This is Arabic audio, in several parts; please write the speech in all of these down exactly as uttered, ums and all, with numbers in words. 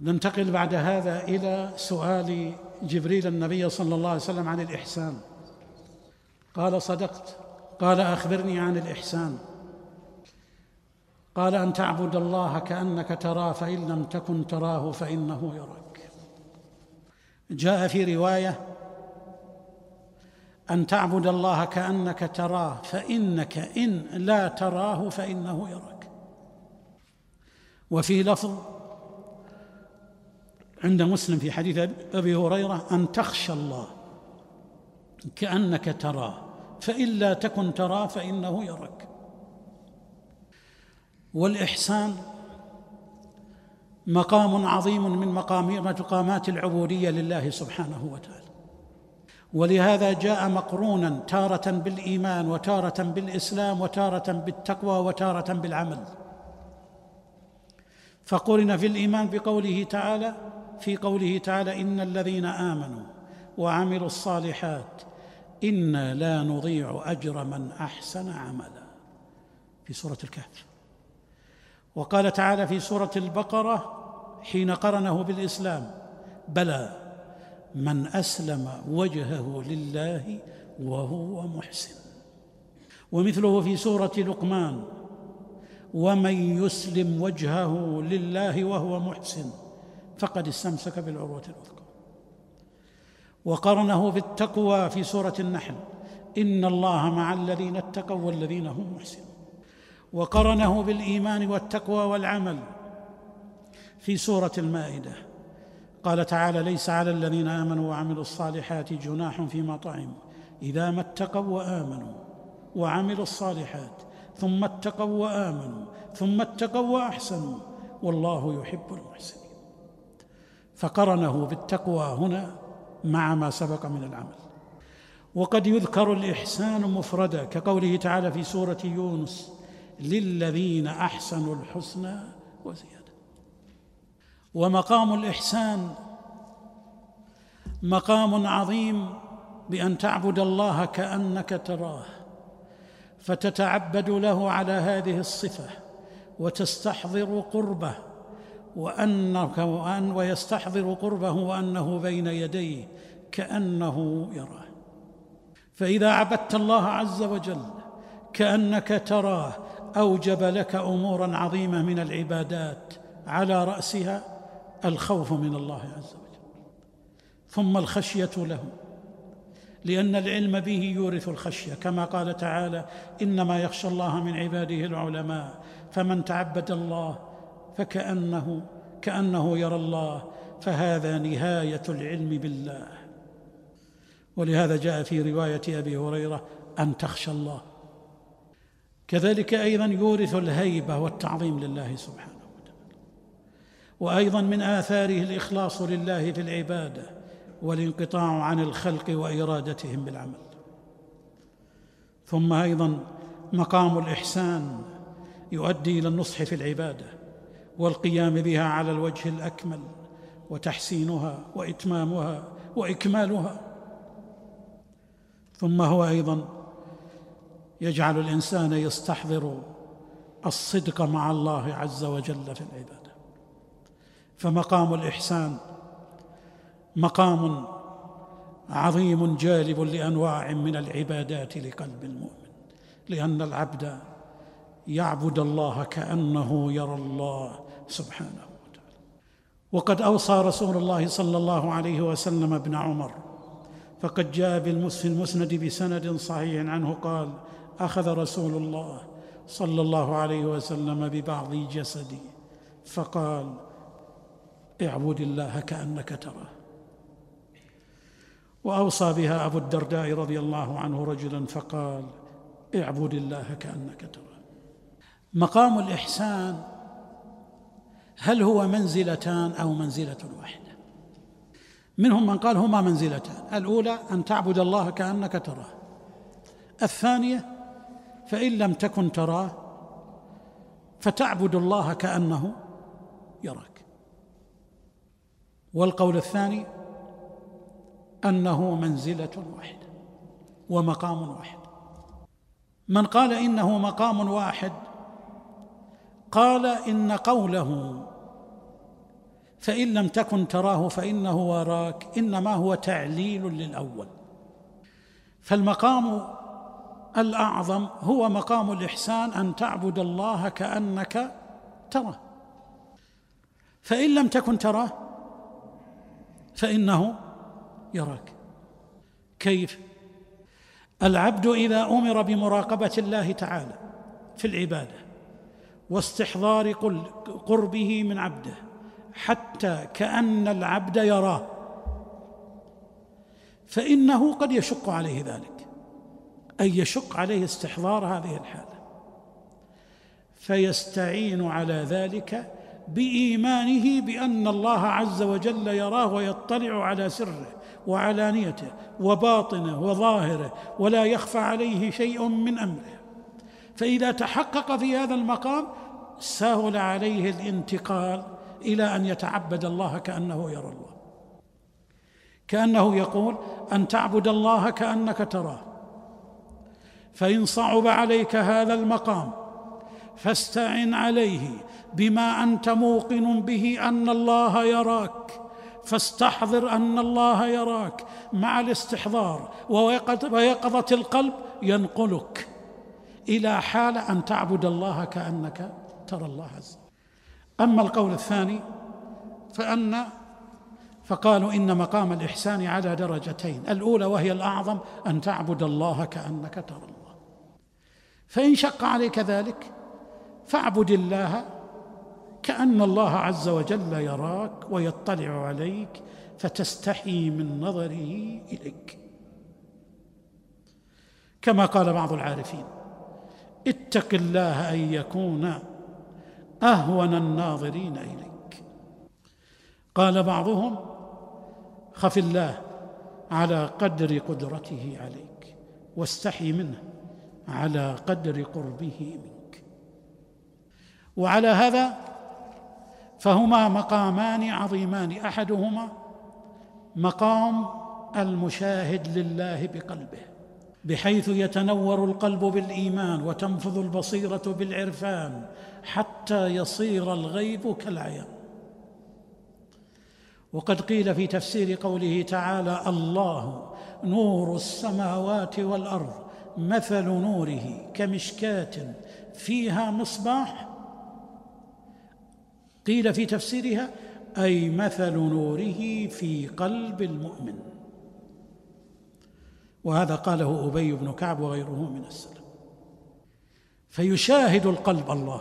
ننتقل بعد هذا إلى سؤال جبريل النبي صلى الله عليه وسلم عن الإحسان. قال: صدقت. قال: أخبرني عن الإحسان. قال: أن تعبد الله كأنك تراه فإن لم تكن تراه فإنه يراك. جاء في رواية: أن تعبد الله كأنك تراه فإنك إن لا تراه فإنه يراك. وفي لفظ عند مسلم في حديث أبي هريرة: أن تخشى الله كأنك تراه فإن لا تكن تراه فإنه يراك. والإحسان مقام عظيم من مقامات العبودية لله سبحانه وتعالى، ولهذا جاء مقرونا تارة بالإيمان وتارة بالإسلام وتارة بالتقوى وتارة بالعمل. فقرن في الإيمان بقوله تعالى في قوله تعالى: إن الذين آمنوا وعملوا الصالحات إنا لا نضيع أجر من أحسن عملا في سورة الكهف. وقال تعالى في سورة البقرة حين قرنه بالإسلام: بلى من أسلم وجهه لله وهو محسن. ومثله في سورة لقمان: ومن يسلم وجهه لله وهو محسن فقد استمسك بالعروة الوثقى. وقرنه بالتقوى في سورة النحل: إن الله مع الذين اتقوا والذين هم محسنون. وقرنه بالإيمان والتقوى والعمل في سورة المائدة: قال تعالى: ليس على الذين آمنوا وعملوا الصالحات جناح فيما طعموا إذا ما اتقوا وآمنوا وعملوا الصالحات ثم اتقوا وآمنوا ثم اتقوا وأحسنوا والله يحب المحسنين. فقرنه بالتقوى هنا مع ما سبق من العمل. وقد يذكر الإحسان مفردا كقوله تعالى في سورة يونس: للذين أحسنوا الحسنى وزيادة. ومقام الإحسان مقام عظيم بأن تعبد الله كأنك تراه، فتتعبد له على هذه الصفة وتستحضر قربه وأنك وأن ويستحضر قربه وأنه بين يديه كأنه يراه. فإذا عبدت الله عز وجل كأنك تراه أوجب لك أموراً عظيمة من العبادات، على رأسها الخوف من الله عز وجل، ثم الخشية له، لأن العلم به يورث الخشية، كما قال تعالى: إنما يخشى الله من عباده العلماء. فمن تعبد الله فكأنه كأنه يرى الله، فهذا نهاية العلم بالله. ولهذا جاء في رواية أبي هريرة: أن تخشى الله. كذلك أيضا يورث الهيبة والتعظيم لله سبحانه وتعالى. وأيضا من آثاره الإخلاص لله في العبادة والانقطاع عن الخلق وإرادتهم بالعمل. ثم أيضا مقام الإحسان يؤدي إلى النصح في العبادة والقيام بها على الوجه الأكمل وتحسينها وإتمامها وإكمالها. ثم هو أيضا يجعل الإنسان يستحضر الصدق مع الله عز وجل في العبادة. فمقام الإحسان مقام عظيم جالب لأنواع من العبادات لقلب المؤمن، لأن العبد يعبد الله كأنه يرى الله سبحانه وتعالى. وقد أوصى رسول الله صلى الله عليه وسلم ابن عمر، فقد جاء في المسند بسند صحيح عنه قال: أخذ رسول الله صلى الله عليه وسلم ببعض جسدي فقال: اعبد الله كأنك تراه. وأوصى بها أبو الدرداء رضي الله عنه رجلا فقال: اعبد الله كأنك تراه. مقام الإحسان هل هو منزلتان أو منزلة واحدة؟ منهم من قال هما منزلتان: الأولى أن تعبد الله كأنك تراه، الثانية فإن لم تكن تراه فتعبد الله كأنه يراك. والقول الثاني أنه منزلة واحدة ومقام واحد. من قال إنه مقام واحد قال إن قوله فإن لم تكن تراه فإنه يراك إنما هو تعليل للأول. فالمقام الأعظم هو مقام الإحسان، أن تعبد الله كأنك تراه، فإن لم تكن تراه فإنه يراك. كيف؟ العبد إذا أمر بمراقبة الله تعالى في العبادة واستحضار قربه من عبده حتى كأن العبد يراه، فإنه قد يشق عليه ذلك، أي يشق عليه استحضار هذه الحالة، فيستعين على ذلك بإيمانه بأن الله عز وجل يراه ويطلع على سره وعلانيته وباطنه وظاهره ولا يخفى عليه شيء من أمره. فإذا تحقق في هذا المقام سهل عليه الانتقال إلى أن يتعبد الله كأنه يرى الله، كأنه يقول أن تعبد الله كأنك تراه. فإن صعب عليك هذا المقام فاستعن عليه بما أنت موقن به أن الله يراك، فاستحضر أن الله يراك مع الاستحضار ويقظة القلب ينقلك إلى حالة أن تعبد الله كأنك ترى الله عز وجل. أما القول الثاني فأن فقالوا إن مقام الإحسان على درجتين، الأولى وهي الأعظم أن تعبد الله كأنك ترى الله، فإن شق عليك ذلك فاعبد الله كأن الله عز وجل يراك ويطلع عليك فتستحي من نظره إليك، كما قال بعض العارفين: اتق الله أن يكون أهون الناظرين إليك. قال بعضهم: خف الله على قدر قدرته عليك واستحي منه على قدر قربه منك. وعلى هذا فهما مقامان عظيمان، أحدهما مقام المشاهد لله بقلبه، بحيث يتنور القلب بالإيمان وتنفذ البصيرة بالعرفان حتى يصير الغيب كالعيان. وقد قيل في تفسير قوله تعالى: الله نور السماوات والأرض مثل نوره كمشكاة فيها مصباح، قيل في تفسيرها أي مثل نوره في قلب المؤمن. وهذا قاله أبي بن كعب وغيره من السلف. فيشاهد القلب الله.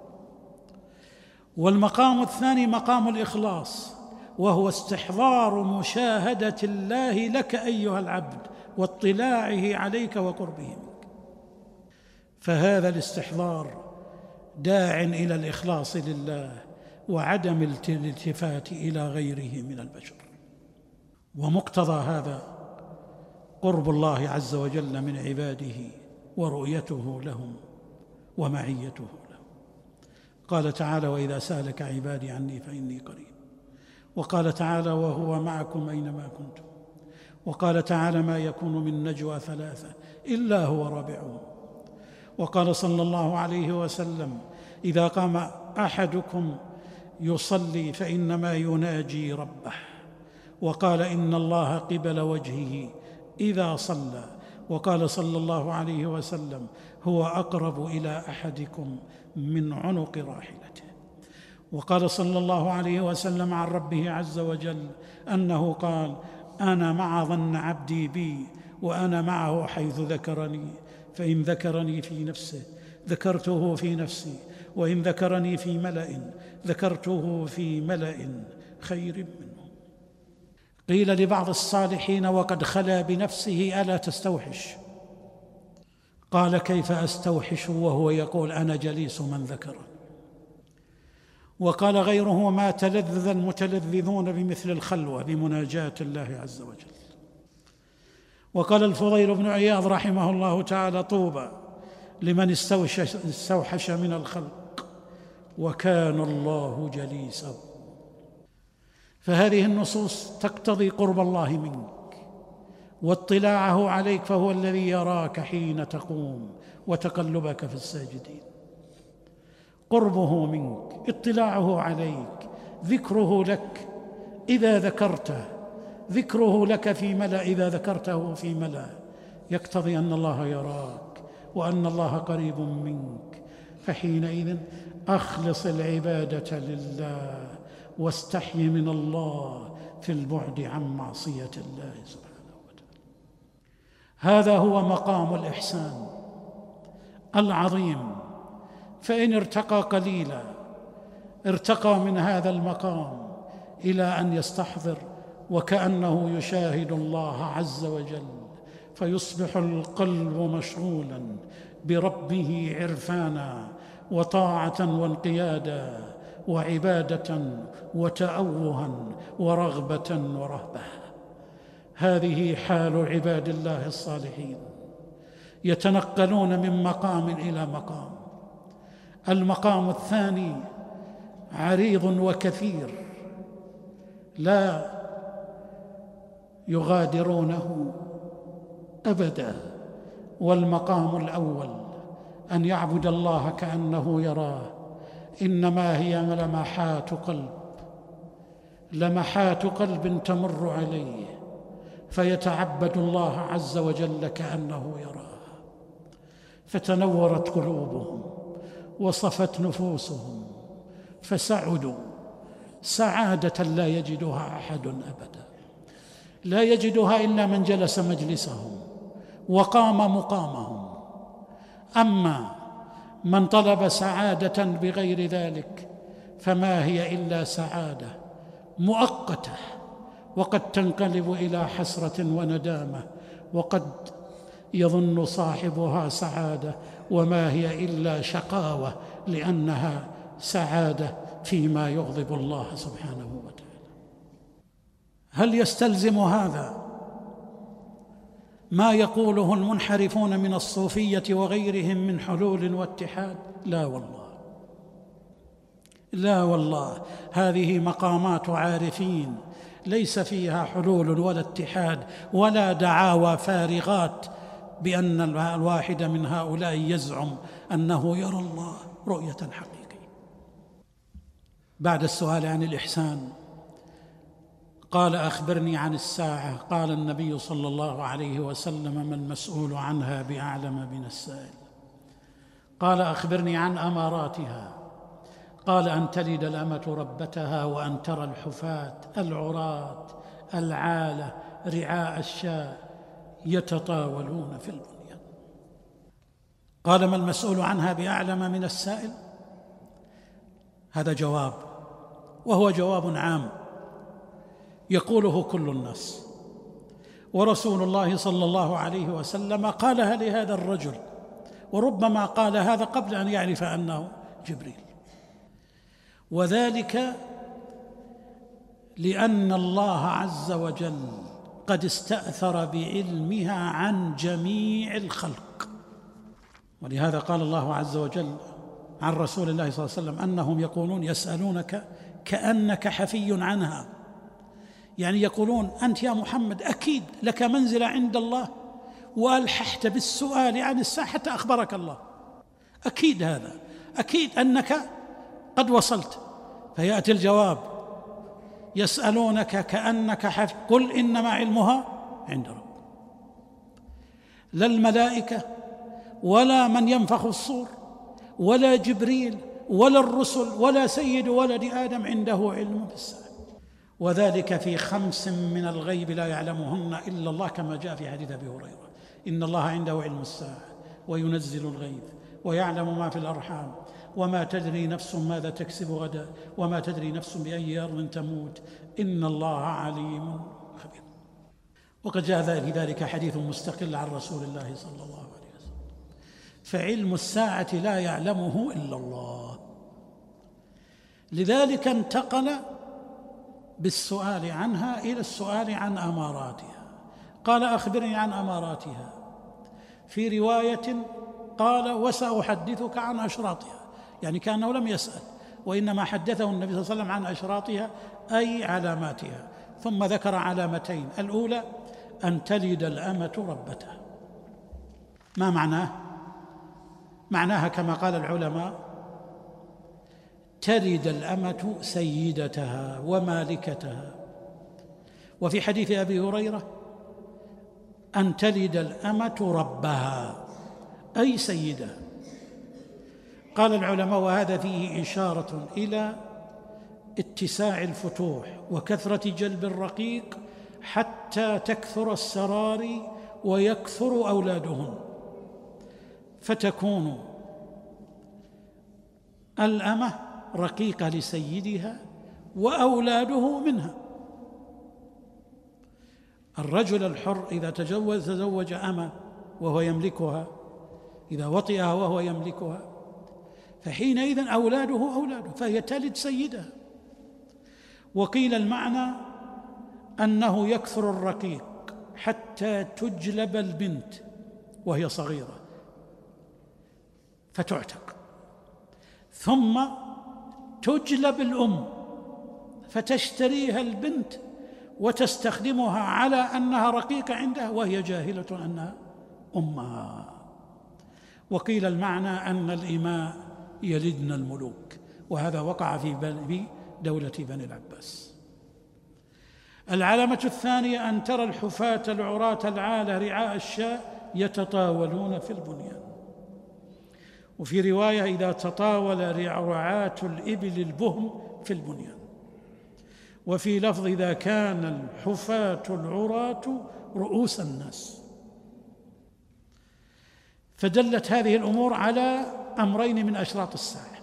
والمقام الثاني مقام الإخلاص، وهو استحضار مشاهدة الله لك أيها العبد واطلاعه عليك وقربه منك. فهذا الاستحضار داع إلى الإخلاص لله وعدم الالتفات إلى غيره من البشر. ومقتضى هذا قرب الله عز وجل من عباده ورؤيته لهم ومعيته لهم. قال تعالى: وإذا سألك عبادي عني فإني قريب. وقال تعالى: وهو معكم أينما كنتم. وقال تعالى: ما يكون من نجوى ثلاثة إلا هو رابعهم. وقال صلى الله عليه وسلم: إذا قام أحدكم يصلي فإنما يناجي ربه. وقال: إن الله قبل وجهه إذا صلى. وقال صلى الله عليه وسلم: هو أقرب إلى أحدكم من عنق راحلته. وقال صلى الله عليه وسلم عن ربه عز وجل أنه قال: أنا مع ظن عبدي بي وأنا معه حيث ذكرني، فإن ذكرني في نفسه ذكرته في نفسي، وإن ذكرني في ملأ ذكرته في ملأ خير منه. قيل لبعض الصالحين وقد خلا بنفسه: ألا تستوحش؟ قال: كيف أستوحش وهو يقول أنا جليس من ذكرني؟ وقال غيره: ما تلذذ المتلذذون بمثل الخلوة بمناجاة الله عز وجل. وقال الفضيل بن عياض رحمه الله تعالى: طوبى لمن استوحش من الخلق وكان الله جليسه. فهذه النصوص تقتضي قرب الله منك واطلاعه عليك، فهو الذي يراك حين تقوم وتقلبك في الساجدين. قربه منك، اطلاعه عليك، ذكره لك إذا ذكرته، ذكره لك في ملأ إذا ذكرته في ملأ، يقتضي أن الله يراك وأن الله قريب منك. فحينئذ أخلص العبادة لله واستحي من الله في البعد عن معصية الله سبحانه وتعالى. هذا هو مقام الإحسان العظيم. فإن ارتقى قليلا ارتقى من هذا المقام إلى أن يستحضر وكأنه يشاهد الله عز وجل، فيصبح القلب مشغولا بربه عرفانا وطاعة وانقيادا وعبادة وتأوها ورغبة ورهبة. هذه حال عباد الله الصالحين، يتنقلون من مقام إلى مقام. المقام الثاني عريض وكثير لا يغادرونه أبدا. والمقام الأول أن يعبد الله كأنه يراه، إنما هي لمحات قلب، لمحات قلب تمر عليه فيتعبد الله عز وجل كأنه يراه، فتنورت قلوبهم وصفت نفوسهم فسعدوا سعادة لا يجدها أحد أبدا، لا يجدها إلا من جلس مجلسهم وقام مقامهم. أما من طلب سعادة بغير ذلك فما هي إلا سعادة مؤقتة، وقد تنقلب إلى حسرة وندامة، وقد يظن صاحبها سعادة وما هي إلا شقاوة، لأنها سعادة فيما يغضب الله سبحانه وتعالى. هل يستلزم هذا ما يقوله المنحرفون من الصوفية وغيرهم من حلول واتحاد؟ لا والله، لا والله، هذه مقامات عارفين ليس فيها حلول ولا اتحاد ولا دعاوى فارغات بأن الواحد من هؤلاء يزعم أنه يرى الله رؤية حقيقية. بعد السؤال عن الإحسان قال: أخبرني عن الساعة. قال النبي صلى الله عليه وسلم: ما المسؤول عنها بأعلم من السائل. قال: أخبرني عن أماراتها. قال: أن تلد الأمة ربتها، وأن ترى الحفاة العراة العالة رعاء الشاة يتطاولون في البنيان. قال: ما المسؤول عنها بأعلم من السائل. هذا جواب، وهو جواب عام يقوله كل الناس، ورسول الله صلى الله عليه وسلم قالها لهذا الرجل، وربما قال هذا قبل أن يعرف أنه جبريل، وذلك لأن الله عز وجل قد استأثر بعلمها عن جميع الخلق. ولهذا قال الله عز وجل عن رسول الله صلى الله عليه وسلم أنهم يقولون: يسألونك كأنك حفي عنها، يعني يقولون: أنت يا محمد أكيد لك منزلة عند الله، وألححت بالسؤال عن الساعة حتى أخبرك الله، أكيد هذا، أكيد أنك قد وصلت. فيأتي الجواب: يسألونك كأنك حفي، قل إنما علمها عند رب. لا الملائكة ولا من ينفخ الصور ولا جبريل ولا الرسل ولا سيد ولد آدم عنده علم بالساعة، وذلك في خمس من الغيب لا يعلمهن إلا الله، كما جاء في حديث أبي هريرة: إن الله عنده علم الساعة وينزل الغيث ويعلم ما في الأرحام وما تدري نفس ماذا تكسب غدا وما تدري نفس بأي أرض تموت إن الله عليم خبير. وقد جاء في ذلك حديث مستقل عن رسول الله صلى الله عليه وسلم. فعلم الساعة لا يعلمه إلا الله. لذلك انتقل بالسؤال عنها إلى السؤال عن أماراتها. قال: أخبرني عن أماراتها. في رواية قال: وسأحدثك عن أشراطها، يعني كأنه لم يسأل، وإنما حدثه النبي صلى الله عليه وسلم عن أشراطها أي علاماتها. ثم ذكر علامتين: الأولى أن تلد الأمة ربتها. ما معناه؟ معناها كما قال العلماء: تلد الأمة سيدتها ومالكتها. وفي حديث أبي هريرة أن تلد الأمة ربها أي سيدها. قال العلماء وهذا فيه إشارة إلى اتساع الفتوح وكثرة جلب الرقيق حتى تكثر السراري ويكثر أولادهن، فتكون الأمة رقيقة لسيدها وأولاده منها. الرجل الحر إذا تزوج تزوج أمة وهو يملكها، إذا وطئها وهو يملكها، فحينئذ أولاده أولاده، فهي تلد سيدها. وقيل المعنى أنه يكثر الرقيق حتى تجلب البنت وهي صغيرة فتعتق، ثم تجلب الأم فتشتريها البنت وتستخدمها على أنها رقيقة عندها وهي جاهلة أنها أمها. وقيل المعنى أن الإماء يلدن الملوك، وهذا وقع في دولة بني العباس. العلامة الثانية أن ترى الحفاة العراة العالة رعاء الشاة يتطاولون في البنيان. وفي رواية إذا تطاول رعاة الإبل البهم في البنيان. وفي لفظ إذا كان الحفاة العراة رؤوس الناس. فدلت هذه الأمور على أمرين من أشراط الساعة: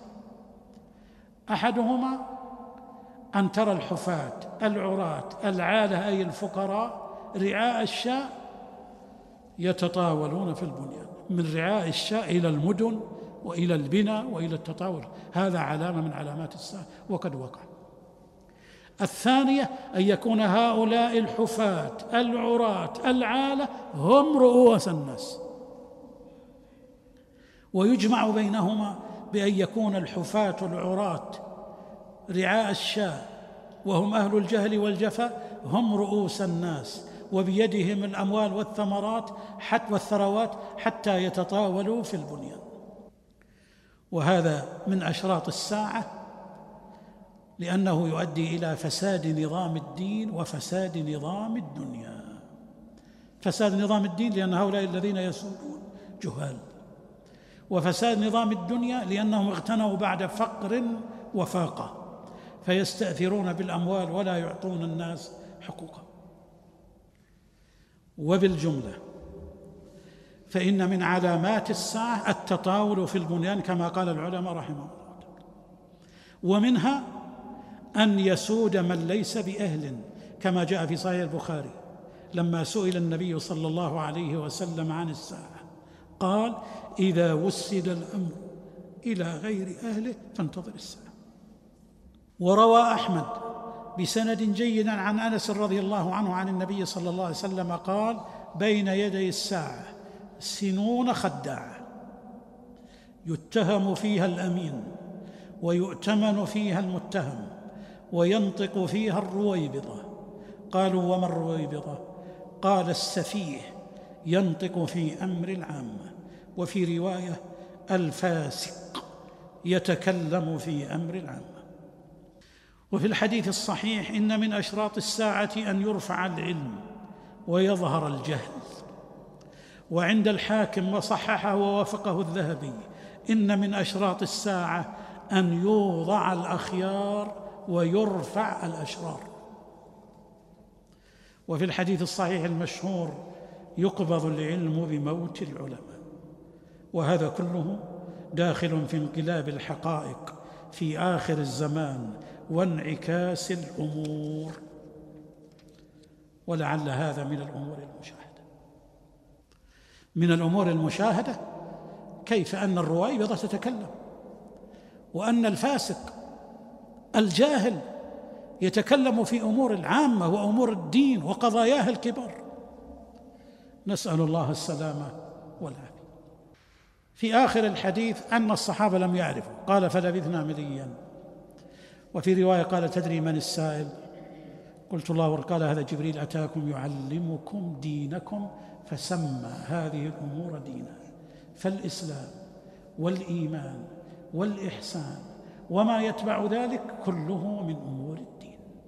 أحدهما أن ترى الحفاة العراة العالة أي الفقراء رعاء الشاة يتطاولون في البنيان، من رعاء الشاة إلى المدن وإلى البناء وإلى التطاول، هذا علامة من علامات الساعة وقد وقع. الثانية أن يكون هؤلاء الحفاة العراة العالة هم رؤوس الناس، ويجمع بينهما بأن يكون الحفاة العراة رعاء الشاة وهم أهل الجهل والجفاء هم رؤوس الناس، وبيدهم الأموال والثمرات حتى والثروات حتى يتطاولوا في البنيان. وهذا من أشراط الساعة، لأنه يؤدي إلى فساد نظام الدين وفساد نظام الدنيا. فساد نظام الدين لأن هؤلاء الذين يسودون جهال، وفساد نظام الدنيا لأنهم اغتنوا بعد فقر وفاقة فيستأثرون بالأموال ولا يعطون الناس حقوقهم. وبالجملة فإن من علامات الساعة التطاول في البنيان كما قال العلماء رحمهم الله، ومنها أن يسود من ليس بأهل، كما جاء في صحيح البخاري لما سئل النبي صلى الله عليه وسلم عن الساعة قال: إذا وسد الأمر إلى غير أهله فانتظر الساعة. وروى أحمد بسند جيد عن أنس رضي الله عنه عن النبي صلى الله عليه وسلم قال: بين يدي الساعة سنون خداعة يتهم فيها الأمين ويؤتمن فيها المتهم وينطق فيها الرويبضة. قالوا: وما الرويبضة؟ قال: السفيه ينطق في أمر العامة. وفي رواية: الفاسق يتكلم في أمر العامة. وفي الحديث الصحيح: إن من أشراط الساعة أن يرفع العلم ويظهر الجهل. وعند الحاكم وصححه ووافقه الذهبي: إن من أشراط الساعة أن يوضع الأخيار ويرفع الأشرار. وفي الحديث الصحيح المشهور: يقبض العلم بموت العلماء. وهذا كله داخل في انقلاب الحقائق في آخر الزمان وانعكاس الأمور، ولعل هذا من الأمور المشاهدة. من الأمور المشاهدة كيف أن الرويبضة تتكلم، وأن الفاسق الجاهل يتكلم في أمور العامة وأمور الدين وقضاياه الكبار. نسأل الله السلامة والعافية. في آخر الحديث أن الصحابة لم يعرفوا، قال: فلبثنا مليا. وفي رواية قال: تدري من السائل؟ قلت: الله. قال: هذا جبريل أتاكم يعلمكم دينكم، فسمى هذه الأمور دينا. فالإسلام والإيمان والإحسان وما يتبع ذلك كله من أمور الدين.